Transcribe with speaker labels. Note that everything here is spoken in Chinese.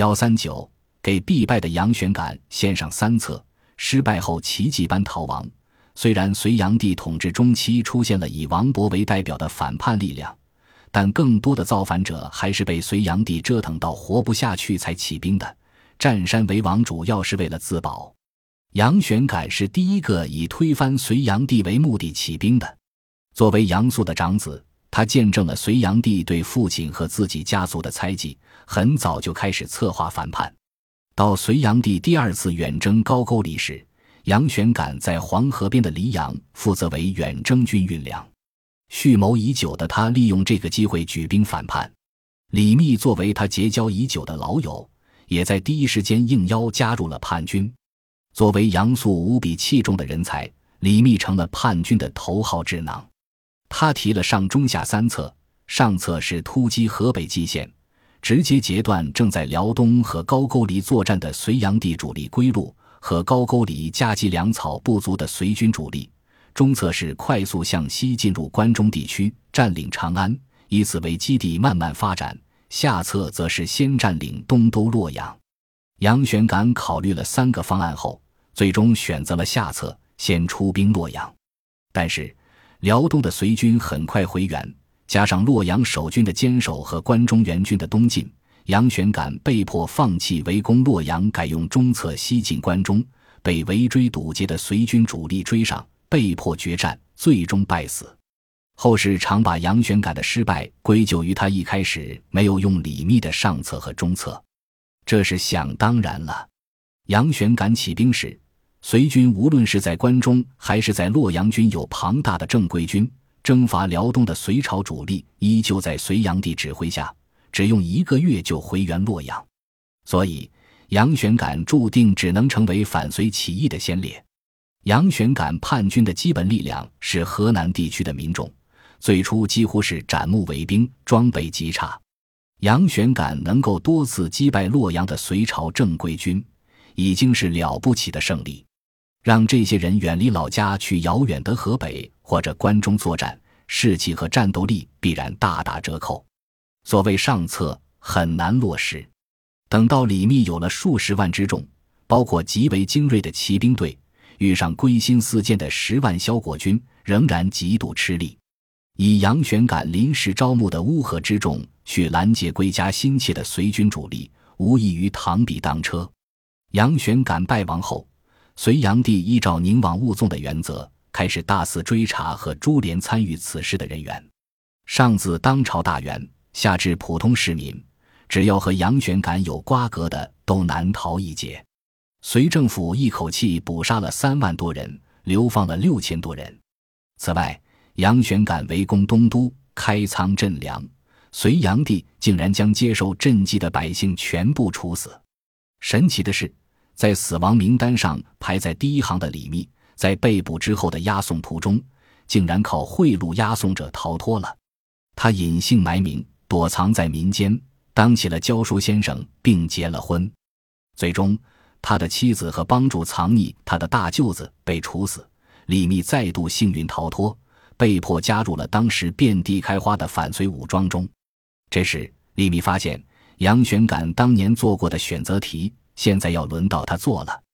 Speaker 1: 139给必败的杨玄感献上3策，失败后奇迹般逃亡。虽然隋炀帝统治中期出现了以王勃为代表的反叛力量，但更多的造反者还是被隋炀帝折腾到活不下去才起兵的，占山为王主要是为了自保。杨玄感是第一个以推翻隋炀帝为目的起兵的。作为杨素的长子，他见证了隋炀帝对父亲和自己家族的猜忌，很早就开始策划反叛。到隋炀帝第2次远征高句丽时，杨玄感在黄河边的黎阳负责为远征军运粮。蓄谋已久的他利用这个机会举兵反叛。李密作为他结交已久的老友，也在第一时间应邀加入了叛军。作为杨素无比器重的人才，李密成了叛军的头号智囊。他提了上中下3策，上策是突击河北蓟县，直接截断正在辽东和高句丽作战的隋炀帝主力归路和高句丽加积粮草不足的隋军主力。中策是快速向西进入关中地区，占领长安，以此为基地慢慢发展。下策则是先占领东都洛阳。杨玄感考虑了3个方案后，最终选择了下策，先出兵洛阳。但是辽东的隋军很快回援，加上洛阳守军的坚守和关中援军的东进，杨玄感被迫放弃围攻洛阳，改用中策西进关中，被围追堵截的隋军主力追上，被迫决战，最终败死。后世常把杨玄感的失败归咎于他一开始没有用李密的上策和中策，这是想当然了。杨玄感起兵时，隋军无论是在关中还是在洛阳均有庞大的正规军，征伐辽东的隋朝主力依旧在隋炀帝指挥下，只用1个月就回援洛阳。所以杨玄感注定只能成为反隋起义的先烈。杨玄感叛军的基本力量是河南地区的民众，最初几乎是斩木为兵，装备极差。杨玄感能够多次击败洛阳的隋朝正规军，已经是了不起的胜利。让这些人远离老家去遥远的河北或者关中作战，士气和战斗力必然大打折扣。所谓上策很难落实。等到李密有了数十万之众，包括极为精锐的骑兵队，遇上归心似箭的10万萧果军，仍然极度吃力。以杨玄感临时招募的乌合之众去拦截归家心切的隋军主力，无异于螳臂当车。杨玄感败亡后，隋炀帝依照宁枉勿纵的原则，开始大肆追查和株连参与此事的人员。上自当朝大员，下至普通市民，只要和杨玄感有瓜葛的都难逃一劫。隋政府一口气捕杀了3万多人，流放了6000多人。此外，杨玄感围攻东都，开仓赈粮，隋炀帝竟然将接受赈济的百姓全部处死。神奇的是，在死亡名单上排在第1行的李密，在被捕之后的押送途中，竟然靠贿赂押送者逃脱了。他隐姓埋名，躲藏在民间，当起了教书先生，并结了婚。最终他的妻子和帮助藏匿他的大舅子被处死，李密再度幸运逃脱，被迫加入了当时遍地开花的反隋武装中。这时李密发现杨玄感当年做过的选择题，现在要轮到他做了。